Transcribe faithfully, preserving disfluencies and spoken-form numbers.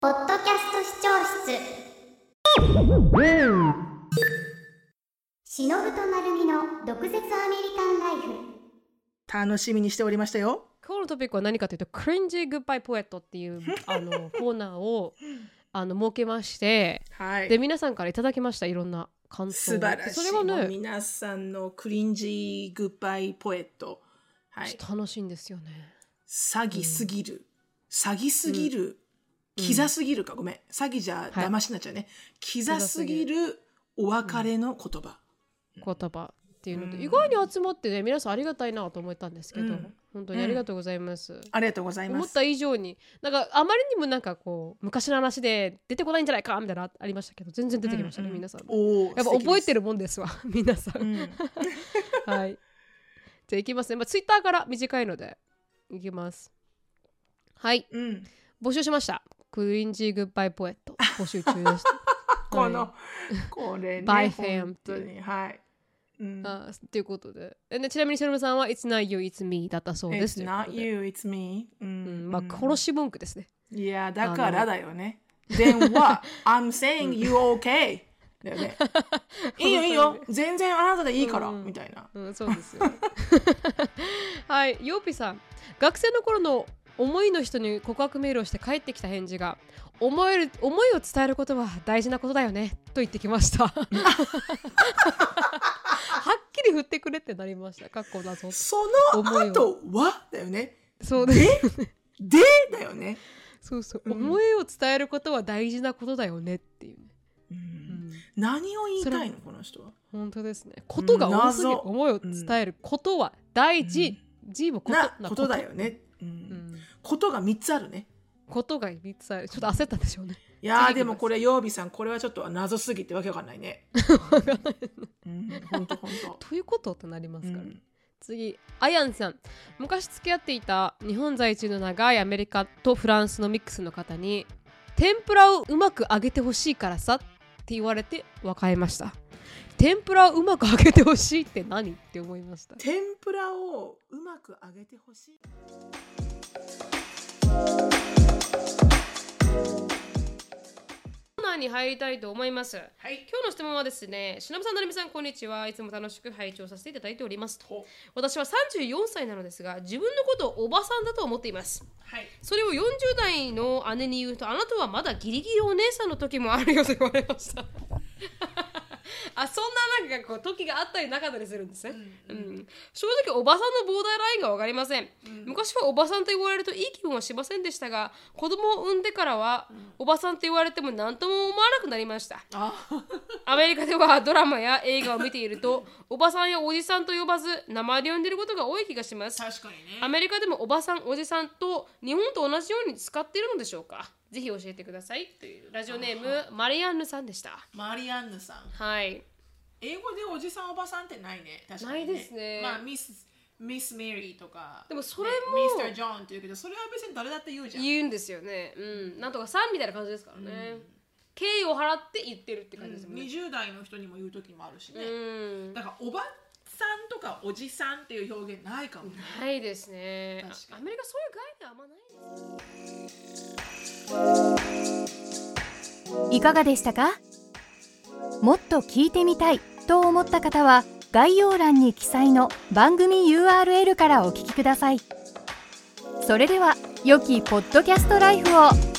ポッドキャスト視聴室。しのぶとなるみの毒舌アメリカンライフ。 楽しみにしておりましたよ。 今日のトピックは何かというと、クリンジグッバイポエットっていうあのコーナーをあの設けまして、はい、で皆さんからいただきました、いろんな感想。 素晴らしい。 それはね、 皆さんのクリンジグッバイポエット、 はい、楽しいんですよね。 詐欺すぎる、うん、詐欺すぎる、うん、キザすぎるか、ごめん、詐欺じゃ騙しになっちゃうね、はい、キザすぎるお別れの言葉、 うん、言葉っていうので、うん、意外に集まってね、皆さんありがたいなと思ったんですけど、うん、本当にありがとうございます、うん、 ありがとうございます。 思った以上になんかあまりにもなんかこう昔の話で出てこないんじゃないかみたいなありましたけど、全然出てきましたね、うんうん、皆さん。おやっぱ覚えてるもんですわ皆さん、うん、はいじゃあいきますね、まあ、ツイッターから短いのでいきます。はい、うん、募集しました。クリンジーグッバイポエット募集中ですこの、はい、これねバイフェム本当にはい、 うん、あということで、でちなみにしのぶさんは It's not you, it's me だったそうです。 It's not you, it's me、うんうん、 まあ殺し文句ですね。 いやだからだよね。Then what? I'm saying you okay だよねいいよいいよ全然あなたでいいから、うん、みたいな、 うん、そうですよはいヨーピさん、学生の頃の思いの人に告白メールをして帰ってきた返事が、思える思いを伝えることは大事なことだよねと言ってきましたはっきり振ってくれってなりました。かっこ謎。 その後はだよね。 そうででだよね。 そうそう、うん、思いを伝えることは大事なことだよねっていうね、 うんうん、何を言いたいのこの人は。 本当ですね。ことが多すぎる、うん、思いを伝えることは大事、うん、G もことなことだよね、うんうん、ことがみっつあるね。 ことがみっつある。ちょっと焦ったんでしょうね。 いやーでもこれ曜日さん、これはちょっと謎すぎてわけわかんないねわかんないね、 うん、ほんとほんとどういうことってなりますからね、うん、次アヤンさん、昔付き合っていた日本在住の長いアメリカとフランスのミックスの方に、天ぷらをうまく揚げてほしいからさって言われて別れました。天ぷらをうまく揚げてほしいって何って思いました。 天ぷらをうまく揚げてほしい。 コーナーに入りたいと思います、 はい、 今日の質問はですね、しのぶさん、なるみさん、こんにちは。いつも楽しく拝聴させていただいておりますと。私はさんじゅうよんさいなのですが、自分のことをおばさんだと思っています、はい、それをよんじゅう代の姉に言うと、あなたはまだギリギリお姉さんの時もあるよと言われましたあ、そんななんかこう時があったりなかったりするんですね、うんうん、正直おばさんのボーダーラインが分かりません、うん、昔はおばさんと言われるといい気分はしませんでしたが、子供を産んでからは、うん、おばさんと言われても何とも思わなくなりました。アメリカではドラマや映画を見ているとおばさんやおじさんと呼ばず名前で呼んでいることが多い気がします。 確かにね。 アメリカでもおばさんおじさんと日本と同じように使っているのでしょうか。ぜひ教えてくださいというラジオネームマリアンヌさんでした。 マリアンヌさん、 はい。 英語でおじさんおばさんってないね。確かにね。 ないですね。 まあミスミスメリーとか、 でもそれも、 ね、ミスタージョーンって言うけど、それは別に誰だって言うじゃん。 言うんですよね。うん。なんとかさんみたいな感じですからね。うん、敬意を払って言ってるって感じですもんね。 うん、にじゅう代の人にも言う時もあるしね。うん。だからおばさんとかおじさんっていう表現ないかもね。 ないですね。確かにアメリカそういう概念あんまないです。 いかがでしたか？もっと聞いてみたいと思った方は概要欄に記載の番組 ユーアールエル からお聞きください。それでは良きポッドキャストライフを。